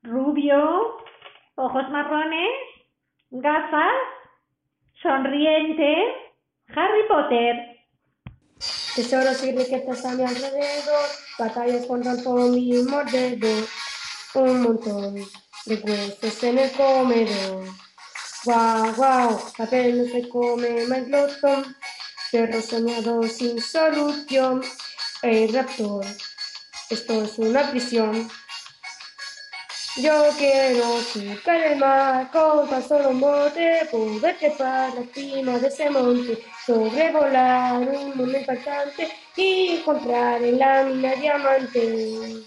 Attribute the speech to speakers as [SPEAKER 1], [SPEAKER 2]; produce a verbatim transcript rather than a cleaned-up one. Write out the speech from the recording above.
[SPEAKER 1] Rubio, ojos marrones, gafas, sonriente, Harry Potter.
[SPEAKER 2] Tesoros y riquezas a mi alrededor, batallas contra el zombie y un mordedor, un montón de huesos en el comedor. Guau, guau, papel no se come más glotón, perro soñado sin solución, el raptor, esto es una prisión. Yo quiero surcar el mar con tan solo un bote, poder trepar la cima de ese monte, sobrevolar un mundo impactante y encontrar en la mina diamante.